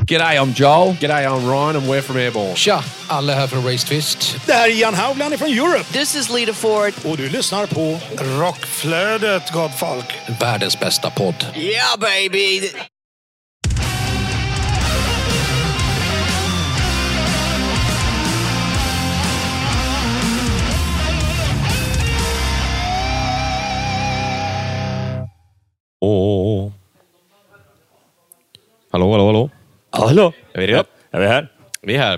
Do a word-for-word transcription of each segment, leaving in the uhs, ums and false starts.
G'day, I'm Joel. G'day, I'm Ryan and we're from Airborne. Tja, alla här från Race Twist. Det här är Jan Haugland från Europe. This is Lita Ford. Och du lyssnar på Rockflödet, gott folk. Världens bästa podd. Yeah, baby! Åh. Hallå, hallå, hallå. Hallå. Är vi redo? Är vi här? Vi är här.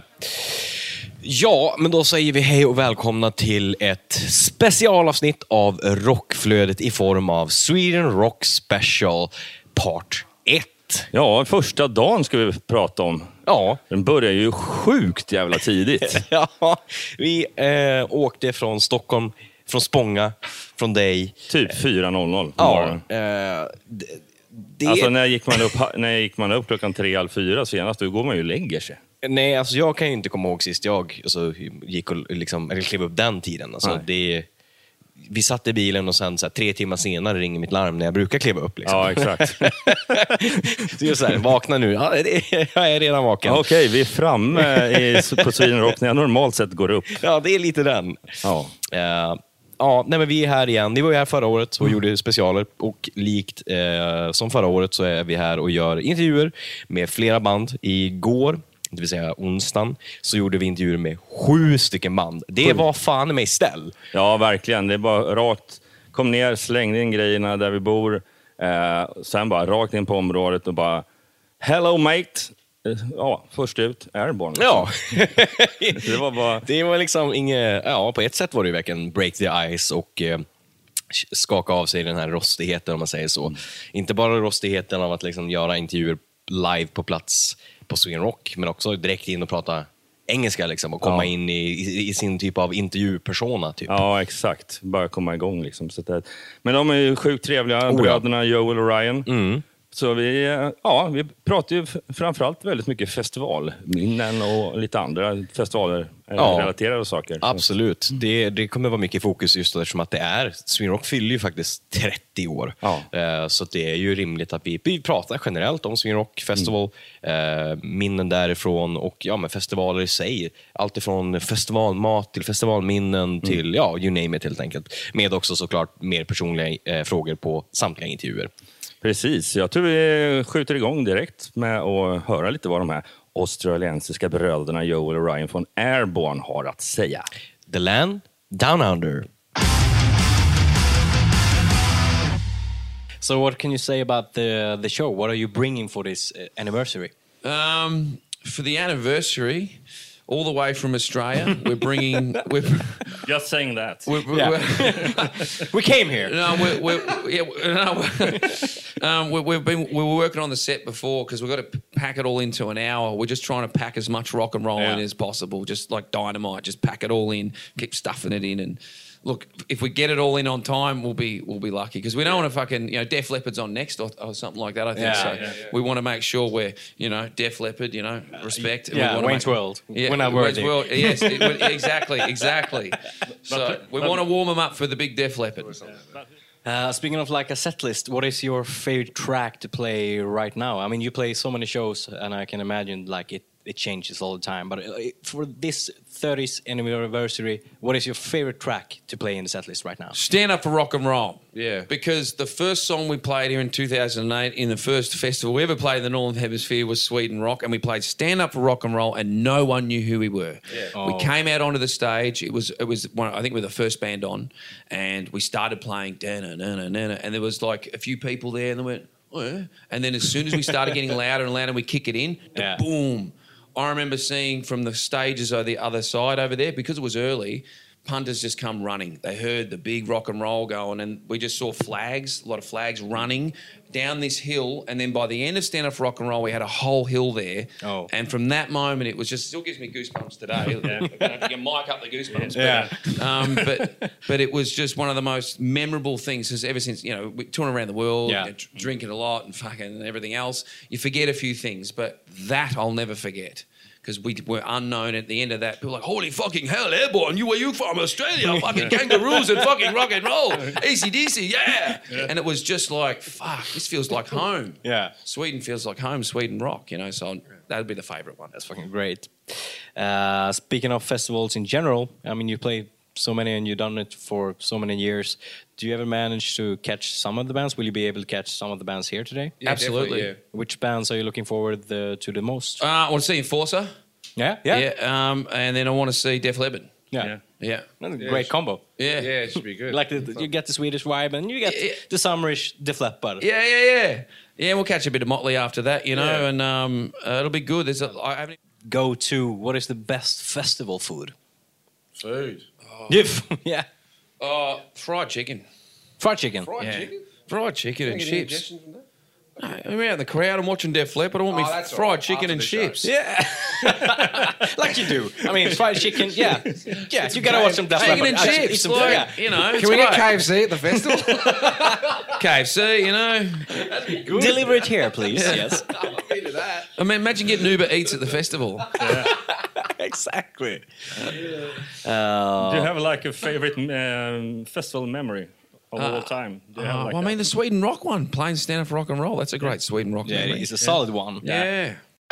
Ja, men då säger vi hej och välkomna till ett specialavsnitt av Rockflödet i form av Sweden Rock Special Part ett. Ja, första dagen ska vi prata om. Ja. Den börjar ju sjukt jävla tidigt. Ja, vi eh, åkte från Stockholm, från Spånga, från dig. Typ fyra noll noll på Ja, morgonen. eh, det, det... Alltså när gick man upp, när gick man upp klockan tre, halv fyra senast, då går man ju och lägger sig. Nej, alltså jag kan ju inte komma ihåg sist jag alltså, gick och liksom, eller klev upp den tiden. Alltså, det, vi satt i bilen och sen så här, tre timmar senare ringer mitt larm när jag brukar kliva upp. Liksom. Ja, exakt. Så jag så här, vakna nu. Ja, det, jag är redan vaken. Ja, okej, vi är framme i, på Sweden Rock när jag normalt sett går upp. Ja, det är lite den. Ja. Uh, ja, nej, men vi är här igen. Vi var ju här förra året och mm. gjorde specialer. Och likt uh, som förra året så är vi här och gör intervjuer med flera band. Igår, det vill säga onsdagen, så gjorde vi intervjuer med sju stycken band. Det var fan mig ställ. Ja, verkligen. Det är bara rakt, kom ner, slängde in grejerna där vi bor. Eh, sen bara rakt in på området och bara hello mate. Eh, ja, först ut, Airborne. Ja. det var bara... Det var liksom inget... Ja, på ett sätt var det ju verkligen break the ice och eh, skaka av sig den här rostigheten, om man säger så. Mm. Inte bara rostigheten av att liksom göra intervjuer live på plats på Sweden Rock, men också direkt in och prata engelska liksom, och komma ja. in i, i, i sin typ av intervjupersona typ. Ja, exakt. Bara komma igång liksom. Så det, men de är ju sjukt trevliga, oh, bröderna ja. Joel och Ryan. Mm. Så vi, ja, vi pratar ju framförallt väldigt mycket festivalminnen och lite andra festivaler ja, relaterade saker. Absolut. Det, det kommer vara mycket fokus just eftersom att det är, Sweden Rock fyller ju faktiskt trettio år. Ja. Så det är ju rimligt att vi, vi pratar generellt om Sweden Rock Festival, mm. minnen därifrån och ja, men festivaler i sig. Allt ifrån festivalmat till festivalminnen mm. till, ja, you name it helt enkelt. Med också såklart mer personliga eh, frågor på samtliga intervjuer. Precis, jag tror vi skjuter igång direkt med att höra lite vad de här australiensiska bröderna Joel och Ryan från Airborne har att säga. The Land Down Under. So what can you say about the the show? What are you bringing for this uh, anniversary? Um, for the anniversary, all the way from Australia, we're bringing... We're, Just saying that. We're, we're, yeah. we're, we came here. No, we're, we're, yeah, no, um, we, we've been we were working on the set before because we've got to pack it all into an hour. We're just trying to pack as much rock and roll yeah. in as possible, just like dynamite. Just pack it all in, keep stuffing it in, and look, if we get it all in on time, we'll be we'll be lucky because we don't want to fucking you know Def Leppard's on next or, or something like that. I think yeah, so. Yeah, yeah. We want to make sure we're you know Def Leppard, you know, respect. Uh, yeah, we Wayne's make, World. Yeah, we're not Wayne's worthy. World. Yes, it, exactly, exactly. So but, we but, want to warm them up for the big Def Leppard. Uh, speaking of like a set list, what is your favorite track to play right now? I mean, you play so many shows, and I can imagine like it, it changes all the time. But for this thirtieth anniversary, what is your favorite track to play in the set list right now? Stand Up for Rock and Roll. Yeah. Because the first song we played here in two thousand eight in the first festival we ever played in the Northern Hemisphere was Sweden Rock, and we played Stand Up for Rock and Roll, and no one knew who we were. Yeah. Oh. We came out onto the stage. It was it was one, I think we were the first band on, and we started playing Dana Nana Nana, and there was like a few people there, and they went, oh, yeah. And then as soon as we started getting louder and louder, and we kick it in, yeah. boom. I remember seeing from the stages on the other side over there, because it was early, punters just come running. They heard the big rock and roll going, and we just saw flags, a lot of flags running down this hill. And then by the end of Stand Up for Rock and Roll, we had a whole hill there. Oh. And from that moment, it was just, still gives me goosebumps today. Yeah. I'm going to mic up the goosebumps. Yeah. But, um, but, but it was just one of the most memorable things, because ever since, you know, we're touring around the world, yeah. you know, drinking a lot and fucking and everything else, you forget a few things, but that I'll never forget. because we were unknown at the end of that. People were like, holy fucking hell, Airborne, you were you from Australia? Fucking kangaroos and fucking rock and roll. A C D C, yeah. yeah. And it was just like, fuck, this feels like home. Yeah. Sweden feels like home, Sweden rock, you know, so that'd be the favourite one. That's fucking great. Uh, speaking of festivals in general, I mean, you play so many and you've done it for so many years. Do you ever manage to catch some of the bands? Will you be able to catch some of the bands here today? Yeah, absolutely. Yeah. Which bands are you looking forward the, to the most? Uh, I want to see Enforcer. Yeah, yeah. Yeah, um, and then I want to see Def Leppard. Yeah. Yeah. Yeah. That's a Yeah, great it combo. Yeah. Yeah, it should be good. Like the, you get the Swedish vibe and you get Yeah. the summerish Def Leppard. Yeah, yeah, yeah. Yeah, we'll catch a bit of Motley after that, you know, Yeah. and um, uh, it'll be good. There's a, I haven't... Go to, what is the best festival food? Food. Yeah. yeah. Uh, fried chicken. Fried chicken. Fried Yeah. chicken? Fried chicken and Any chips. suggestions from that? No, I'm out in the crowd. I'm watching Def Leppard. I want Oh, me that's all fried right. chicken After and the show. chips. Yeah. Like you do. I mean, fried chicken, yeah. Yeah, you gotta watch some Def Chicken Leppard. and Actually, eat chips, some- like, yeah. you know. Can we get it's K F C at the festival? great. K F C, you know. Deliver it here, please. Yes. I mean, imagine getting Uber Eats at the festival. Exactly. Do you have like a favorite um, festival memory of all time? Do you have Uh, like well, I mean, that? the Sweden rock one, playing stand up for rock and roll. That's a great Sweden rock Yeah, memory. it's a solid one. Yeah.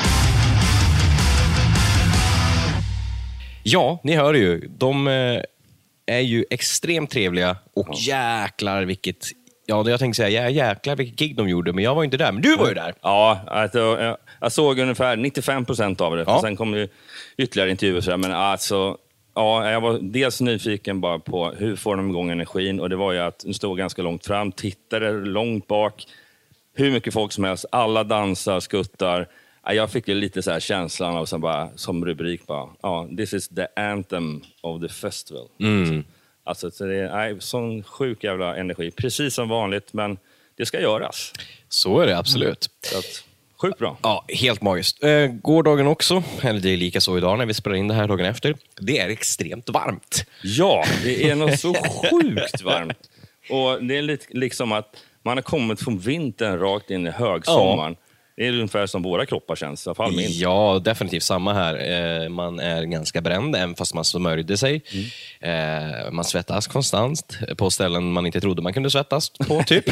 Ja, ni hör ju. De eh, är ju extremt trevliga och jäklar vilket... Ja, jag tänkte säga jä, jäklar vilket gig de gjorde, men jag var inte där. Men du var ju där. Ja, alltså, jag, jag såg ungefär nittiofem procent av det. Ja. Sen kom ju ytterligare intervjuer. Så där, men alltså, ja, jag var dels nyfiken bara på hur får de igång energin. Och det var ju att de stod ganska långt fram, tittade långt bak. Hur mycket folk som helst. Alla dansar, skuttar. Ja, jag fick ju lite så här känslan av som, bara, som rubrik bara. Ja, this is the anthem of the festival. Mm. Alltså, så det är nej, sån sjuk jävla energi. Precis som vanligt, men det ska göras. Så är det absolut. Så att, sjukt bra. Ja, helt magiskt. Eh, gårdagen också, eller det är lika så idag när vi spelar in det här dagen efter. Det är extremt varmt. Ja, det är nog så sjukt varmt. Och det är lite liksom att man har kommit från vintern rakt in i högsommaren. Det är ungefär som våra kroppar känns, i alla fall min. Ja, definitivt samma här. Eh, man är ganska bränd, även fast man smörjde sig. Mm. Eh, man svettas konstant på ställen man inte trodde man kunde svettas på, typ.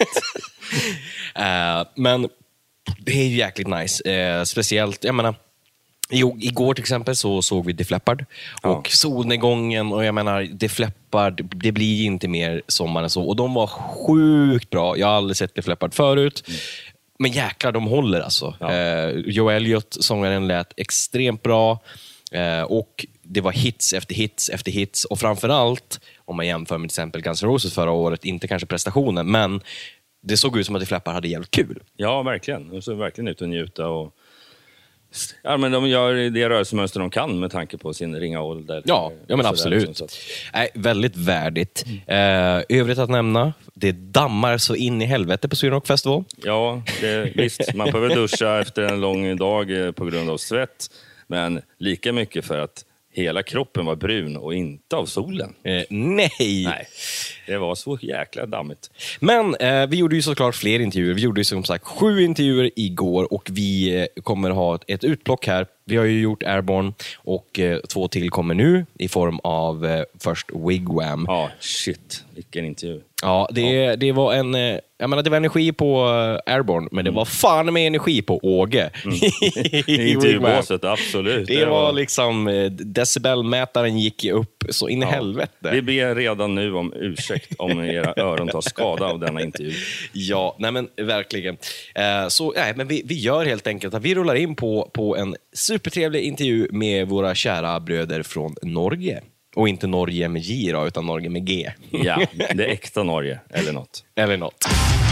eh, men det är ju jäkligt nice. Eh, speciellt, jag menar, Jo, igår till exempel så såg vi Def Leppard och ja. solnedgången och jag menar Def Leppard, det blir inte mer sommar än så och de var sjukt bra. Jag har aldrig sett Def Leppard förut. Mm. Men jäklar, de håller alltså. Ja. Eh, Joe Elliott, sångaren, lät extremt bra. Eh, och det var hits efter hits efter hits. Och framförallt, om man jämför med till exempel Guns N' Roses förra året, inte kanske prestationen, men det såg ut som att Def Leppard hade jävligt kul. Ja, verkligen. De såg verkligen ut att njuta och... Ja, men de gör det rörelsemönster de kan med tanke på sin ringa ålder. Ja, ja men absolut. Liksom, Nej, väldigt värdigt. Mm. Eh, övrigt att nämna, det dammar så in i helvete på Sweden Rock Festival. Ja, det, visst. Man behöver duscha efter en lång dag på grund av svett. Men lika mycket för att hela kroppen var brun och inte av solen. Eh, nej. Nej, det var så jäkla dammigt. Men eh, vi gjorde ju såklart fler intervjuer. Vi gjorde ju som sagt sju intervjuer igår och vi eh, kommer ha ett, ett utplock här. Vi har ju gjort Airborne och eh, två till kommer nu i form av eh, först Wigwam. Ja, shit. Vilken intervju. Ja, det, ja. det var en... Eh, jag menar, det var energi på uh, Airborne, men det var fan med energi på Åge. Mm. I intervjubåset, absolut. Det, det var, var liksom... Eh, decibelmätaren gick upp så in i ja. helvete. Vi ber redan nu om ursäkt om era öron tar skada av denna intervju. Ja, nej men verkligen. Eh, så nej, men vi, vi gör helt enkelt att vi rullar in på, på en supertrevlig intervju med våra kära bröder från Norge. Och inte Norge med J då, utan Norge med G. Ja, det är äkta Norge, eller något. Eller något.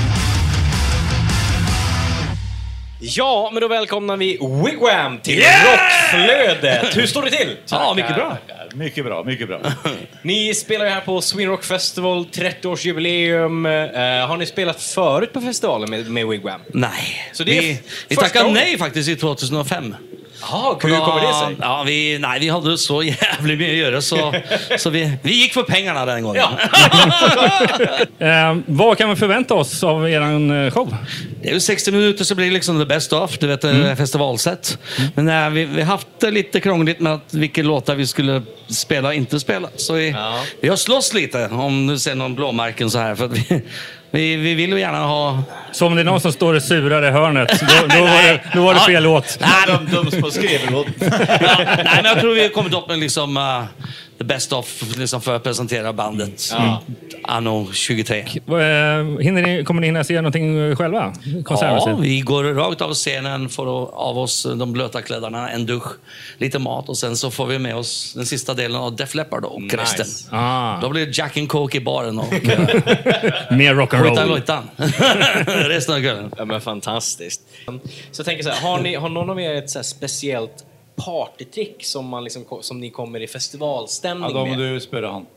Ja, men då välkomnar vi Wigwam till yeah! Rockflödet. Hur står det till? Ja, mycket bra. Mycket bra, mycket bra. Ni spelar ju här på Sweden Rock Festival, trettioårsjubileum. Uh, har ni spelat förut på festivalen med, med Wigwam? Nej. Så det är vi vi tackade nej faktiskt i tjugohundrafem. Jaha, hur kommer det sig? Ja, vi, nej, vi hade så jävligt mycket att göra så, så vi, vi gick för pengarna den gången. Ja. eh, vad kan vi förvänta oss av er show? det är ju sextio minuter så blir det liksom the best of, du vet, mm. festivalsätt. Mm. Men nej, vi vi haft det lite krångligt med att vilka låtar vi skulle spela och inte spela. Så vi, ja. vi har slåss lite, om du ser någon blåmärken så här, för att vi Vi, vi vill ju gärna ha... Så om det är någon som står och surar i hörnet, då, då, var, det, då var det fel ja. låt. Nej, de döms på skrivelåt. ja, nej, men jag tror vi har kommit upp med liksom... Uh, the best of liksom för att presentera bandet. Mm. Anno tjugotre. Hinner ni, kommer ni hinna se någonting själva? Ja, vi går rakt av scenen, får av oss de blöta kläderna, en dusch, lite mat och sen så får vi med oss den sista delen av Def Leppard och nice. resten. Ah. Då blir det Jack and Coke i baren och mer rock'n'roll. Lojtan. resten av kvällen. Ja, men fantastiskt. Så jag tänker så här, har, ni, har någon av er ett så här speciellt partytrick som, man liksom, som ni kommer i festivalstämning ja, med? Ja, du spörar han.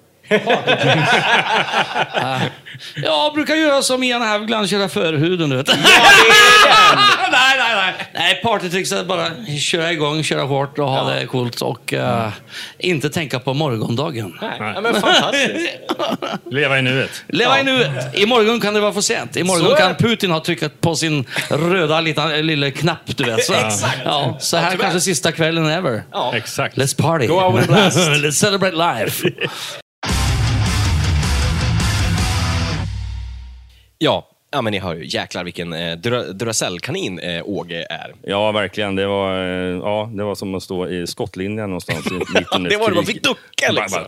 Jag brukar göra som Ian Havgland, köra förhuden, du vet. Ja, nej, nej, nej. Nej, partytricks är bara köra igång, köra hårt och ha ja. det coolt och uh, mm. inte tänka på morgondagen. Nej, ja, men fantastiskt. Leva i nuet. Leva ja. i nuet. Imorgon kan det vara för sent. Imorgon kan Putin ha tryckt på sin röda lilla, lilla knapp, du vet. Så, Exakt. Ja, så här ja, kanske sista kvällen ever. Ja. Exakt. Let's party. Go out and blast. Let's celebrate life. Ja, ja, men ni hör ju, jäklar vilken eh, Dura- Duracell-kanin eh, Åge är. Ja, verkligen. Det var, eh, ja, det var som att stå i skottlinjen någonstans i mitten. Det var det, man fick ducka liksom.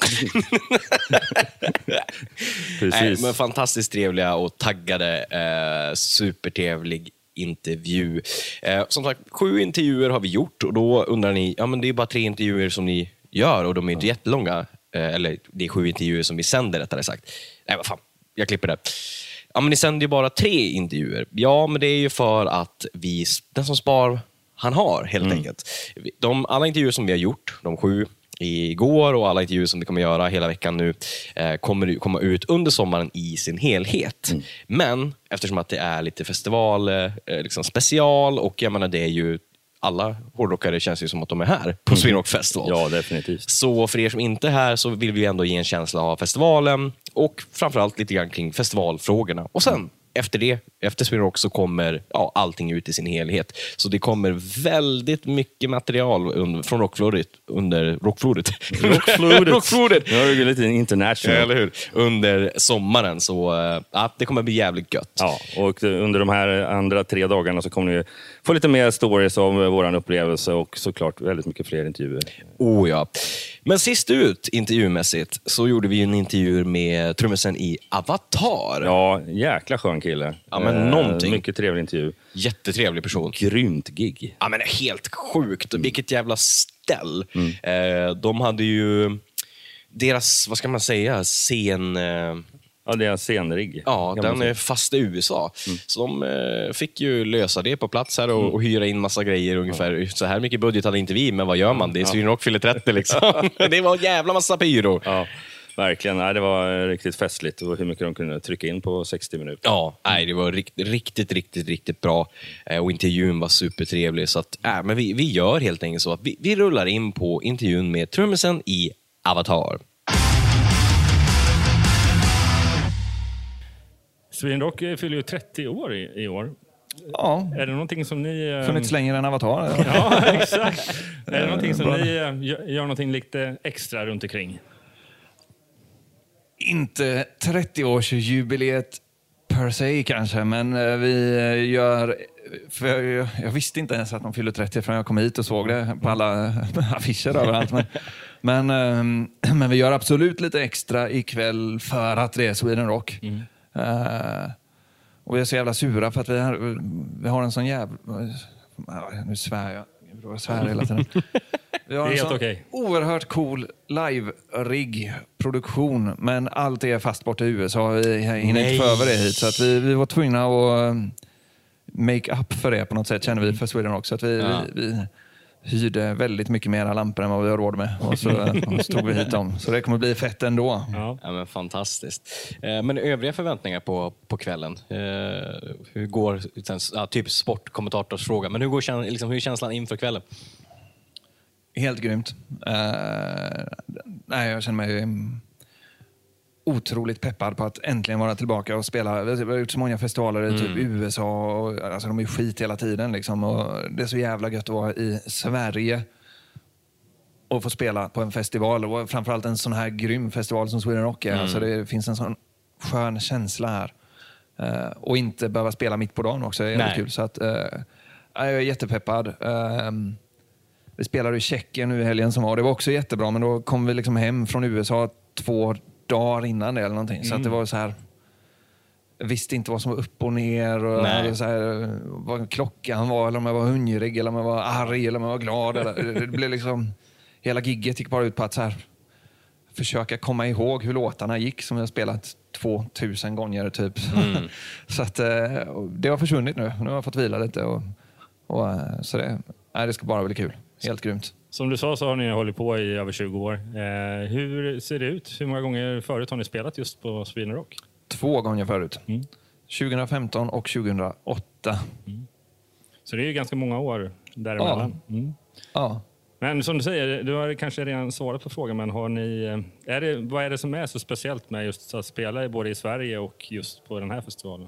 Precis. Nej, men fantastiskt trevliga och taggade, eh, supertrevlig intervju. Eh, som sagt, sju intervjuer har vi gjort och då undrar ni, ja men det är bara tre intervjuer som ni gör och de är inte jättelånga. Eh, eller det är sju intervjuer som vi sänder, rättare sagt. Nej, vad fan, jag klipper det. Ja, men ni sänder ju bara tre intervjuer. Ja, men det är ju för att vi, den som spar, han har helt mm. enkelt. De, alla intervjuer som vi har gjort, de sju igår och alla intervjuer som vi kommer göra hela veckan nu eh, kommer komma ut under sommaren i sin helhet. Mm. Men eftersom att det är lite festival, eh, liksom special och jag menar det är ju alla hårdrockare känns ju som att de är här på Sweden Rock Festival. Ja, definitivt. Så för er som inte är här så vill vi ändå ge en känsla av festivalen och framförallt lite grann kring festivalfrågorna. Och sen efter det, efter Sweden Rock så kommer ja, allting ut i sin helhet. Så det kommer väldigt mycket material under, från Rockflodet under Rockflodet. Rockflodet. Rockflodet. Ja, det är lite international. Ja, eller hur? Under sommaren så ja, det kommer bli jävligt gött. Ja, och under de här andra tre dagarna så kommer ni få lite mer stories om våran upplevelse och såklart väldigt mycket fler intervjuer. Oh ja. Men sist ut intervjumässigt så gjorde vi en intervju med trummisen i Avatar. Ja, jäkla skön kille. Ja, men någonting. Mycket trevlig intervju. Jättetrevlig person. Grymt gig. Ja, men helt sjukt. Mm. Vilket jävla ställ. Mm. Eh, de hade ju deras, vad ska man säga, scen... Eh, ja, det är en scenrigg. Ja, den är fast i U S A. Mm. Så de eh, fick ju lösa det på plats här och, mm. och hyra in massa grejer ungefär. Mm. Så här mycket budget hade inte vi, men vad gör man? Det är Sweden Rock fyller trettio liksom. Det var en jävla massa pyro. Ja. Verkligen, nej, det var riktigt festligt och hur mycket de kunde trycka in på sextio minuter. Ja, nej, det var riktigt, riktigt, riktigt, riktigt bra. Och intervjun var supertrevlig. Så att, äh, men vi, vi gör helt enkelt så att vi, vi rullar in på intervjun med trummisen i Avatar. Sweden Rock fyller ju trettio år i, i år. Ja. Är det någonting som ni... Funnits längre än Avatar? Eller? Ja, exakt. Är det någonting som ni gör, gör någonting lite extra runt omkring? Inte trettio-årsjubileet per se kanske, men vi gör... För jag, jag visste inte ens att de fyller trettio förrän jag kom hit och såg det på alla affischer överallt. Men, men, men vi gör absolut lite extra ikväll för att det är Sweden Rock. Mm. Uh, och vi är så jävla sura för att vi har, vi har en sån jävla... Nu svär jag. Jag svär hela tiden. Vi har en sån okay. oerhört cool live-rigg-produktion, men allt är fast bort i U S A. Vi hinner inte få över det hit, så att vi, vi var tvungna att make up för det på något sätt, känner vi för Sweden också. Att vi, ja. vi, vi hyrde väldigt mycket mer lampor än vad vi har råd med. Och så, och så tog vi hit dem. Så det kommer bli fett ändå. Ja, ja men fantastiskt. Eh, men övriga förväntningar på, på kvällen? Eh, hur går, ja, typ sportkommentators fråga, men hur, går, liksom, hur är känslan inför kvällen? Helt grymt. Uh, nej, jag känner mig otroligt peppad på att äntligen vara tillbaka och spela. Vi har gjort så många festivaler i mm. typ U S A och alltså de är skit hela tiden liksom, och det är så jävla gött att vara i Sverige och få spela på en festival, och framförallt en sån här grym festival som Sweden Rock är. Mm. Alltså det finns en sån skön känsla här. Uh, och inte behöva spela mitt på dagen också är jävligt kul. Så att, uh, jag är jättepeppad. Uh, vi spelade i Tjeckien nu i helgen som var. Det var också jättebra, men då kom vi liksom hem från U S A två dagar innan det eller någonting. Mm. Så att det var så här... Jag visste inte vad som var upp och ner och hade så här, vad klockan var, eller om jag var hungrig eller om jag var arg eller om jag var glad. Eller, det blev liksom... Hela gigget gick bara ut på att så här, försöka komma ihåg hur låtarna gick som jag spelat tvåtusen gånger typ. Mm. Så att det har försvunnit nu. Nu har jag fått vila lite och, och så det, nej, det ska bara bli kul. Helt grymt. Som du sa så har ni hållit på i över tjugo år. Eh, hur ser det ut? Hur många gånger förut har ni spelat just på Sweden Rock? Två gånger förut. Mm. tjugohundrafemton och tjugohundraåtta. Mm. Så det är ju ganska många år däremellan. Ja. Mm. Ja. Men som du säger, du har kanske redan svarat på frågan, men har ni, är det, vad är det som är så speciellt med just att spela både i Sverige och just på den här festivalen?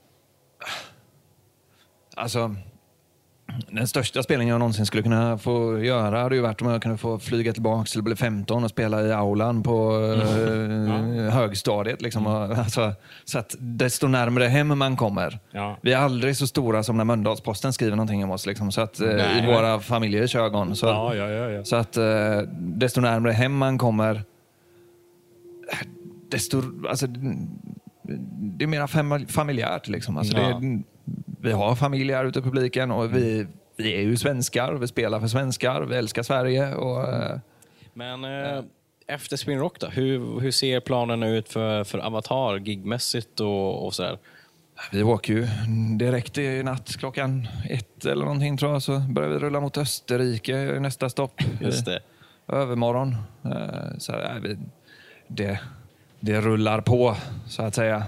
Alltså, den största spelningen jag någonsin skulle kunna få göra hade ju varit om jag kunde få flyga tillbaka till bli femton och spela i aulan på mm. eh, ja. högstadiet. Liksom. Mm. Alltså, så att desto närmare hem man kommer. Ja. Vi är aldrig så stora som när Mölndalsposten skriver någonting om oss. Liksom, så att, eh, i våra familjers ögon. Så, ja, ja, ja, ja. så att eh, desto närmare hem man kommer, desto... Alltså, det är mer fam- familjärt. Liksom. Alltså, ja. det, vi har familjer ute i publiken och vi, vi är ju svenskar. Vi spelar för svenskar. Vi älskar Sverige. Och, Men eh, efter Sweden Rock då? Hur, hur ser planerna ut för, för Avatar, gigmässigt och, och sådär? Vi åker ju direkt i natt klockan ett eller någonting tror jag. Så börjar vi rulla mot Österrike nästa stopp. Just det. Övermorgon. Så ja, vi, det, det rullar på så att säga.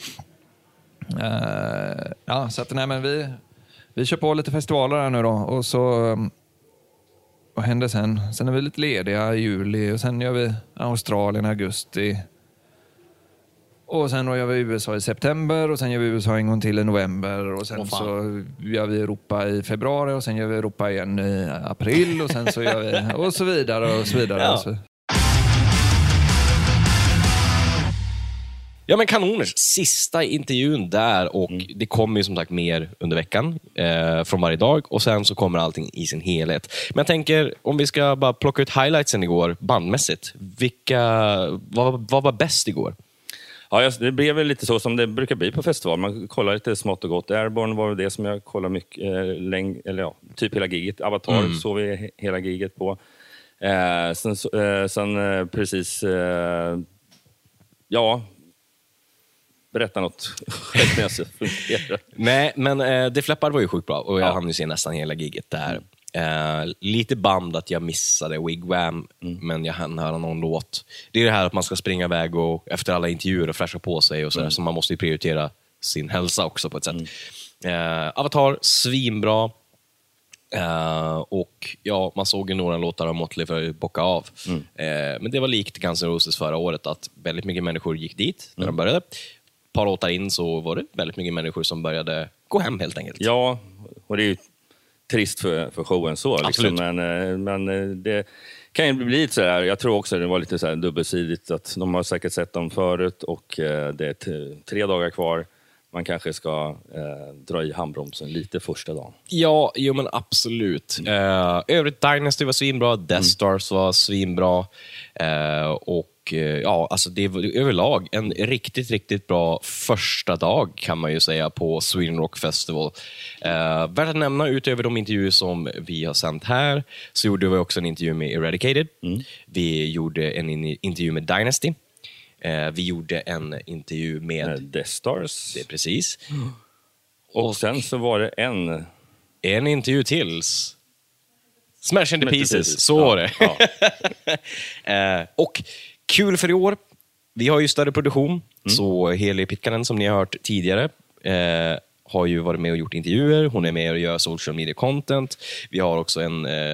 Uh, ja, så att nej, men vi, vi kör på lite festivaler här nu då. Och så vad händer sen? Sen är vi lite lediga i juli och sen gör vi Australien i augusti. Och sen då gör vi U S A i september och sen gör vi U S A en gång till i november och sen oh, så gör vi Europa i februari och sen gör vi Europa igen i april och sen så gör vi och så vidare och så vidare. Ja. Och så. Ja men kanoners, sista intervjun där och mm. det kommer ju som sagt mer under veckan eh, från varje dag och sen så kommer allting i sin helhet. Men jag tänker om vi ska bara plocka ut highlightsen igår bandmässigt. Vilka, vad, vad var bäst igår? Ja, det blev väl lite så som det brukar bli på festival. Man kollar lite smått och gott. Airborne var det som jag kollade mycket eh, läng- eller ja, typ hela giget. Avatar mm. såg vi hela giget på. Eh, sen eh, sen eh, precis eh, ja berätta något. Nej, men eh, det flappar var ju sjukt bra och jag ja. hann ju se nästan hela giget där. Eh, lite band att jag missade Wigwam, mm. men jag hann höra någon låt. Det är det här att man ska springa iväg och efter alla intervjuer och flasha på sig och sådär, mm. så man måste ju prioritera sin hälsa också på ett sätt. Mm. Eh, Avatar, svinbra. Uh, och ja, man såg ju några låtar av Motley för att bocka av. Mm. Uh, men det var likt Guns N' Roses förra året att väldigt mycket människor gick dit när mm. de började. Ett par låtar in så var det väldigt mycket människor som började gå hem helt enkelt. Ja, och det är ju trist för, för showen så. Liksom. Men, men det kan ju bli lite så här. Jag tror också att det var lite så här dubbelsidigt att de har säkert sett dem förut och det är t- tre dagar kvar. Man kanske ska eh, dra i handbromsen lite första dagen. Ja, jo men absolut. Eh, övrigt Dynasty var svinbra, Death Stars var svinbra. Eh, och eh, ja, alltså det var överlag en riktigt, riktigt bra första dag kan man ju säga på Sweden Rock Festival. Eh, värt att nämna, utöver de intervjuer som vi har sänt här så gjorde vi också en intervju med Eradicated. Mm. Vi gjorde en in- intervju med Dynasty. Eh, vi gjorde en intervju med Death Stars. Det är precis. Mm. Och, och sen så var det en... En intervju till. Smash in the Pieces. Pieces. Så var det. Ja. eh, och kul för i år. Vi har ju större produktion. Mm. Så Heli Pitkanen som ni har hört tidigare eh, har ju varit med och gjort intervjuer. Hon är med och gör social media content. Vi har också en... Eh,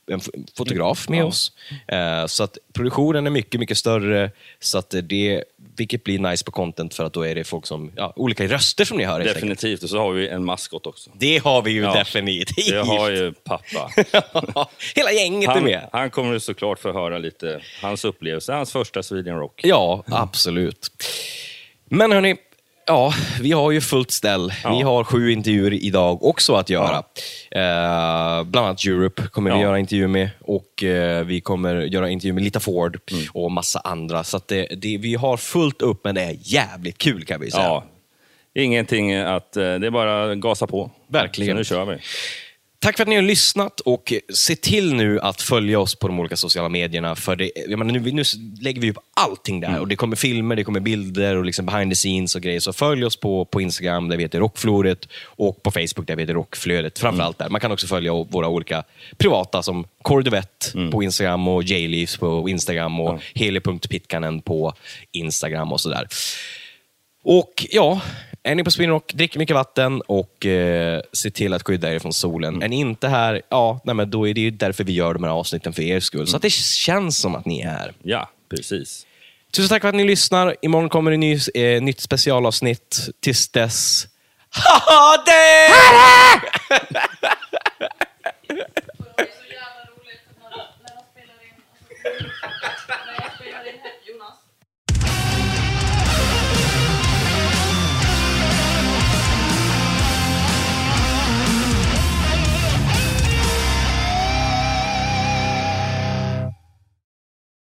en fotograf med Ja. oss. Eh, så att produktionen är mycket, mycket större. Så att det, vilket blir nice på content för att då är det folk som, ja, olika röster som ni hör. helt Definitivt. Och så har vi en maskot också. Det har vi ju Ja. definitivt. Det har ju pappa. Hela gänget är Han, med. han kommer ju såklart få höra lite hans upplevelse. Hans första Sweden Rock. Ja, absolut. Men hörni, ja, vi har ju fullt ställ. Ja. Vi har sju intervjuer idag också att göra. Eh, bland annat Europe kommer vi Ja. göra intervju med. Och eh, vi kommer göra intervju med Lita Ford Mm. och massa andra. Så att det, det, vi har fullt upp, men det är jävligt kul kan vi säga. Ja. Ingenting att... eh, Det är bara att gasa på. Verkligen. Så nu kör vi. Tack för att ni har lyssnat och se till nu att följa oss på de olika sociala medierna. För det, jag menar, nu, nu lägger vi upp allting där. Mm. Och det kommer filmer, det kommer bilder och liksom behind the scenes och grejer. Så följ oss på, på Instagram, där vi heter Rockflodet. Och på Facebook, där vi heter Rockflödet. Framförallt Mm. där. Man kan också följa våra olika privata som Korduvett Mm. på Instagram och J-Leaves på Instagram och heli punkt pitkanen på Instagram och sådär. Och ja, är ni på Sweden Rock, drick mycket vatten och eh, se till att skydda er från solen. Mm. Är ni inte här, ja, nej, men då är det ju därför vi gör de här avsnitten för er skull. Så att det känns som att ni är här. Ja, precis. Tusen tack för att ni lyssnar. Imorgon kommer det ny, eh, nytt specialavsnitt. Tills dess, ha det! Det var så jävla roligt när de, när de spelar in, alltså, när jag spelar in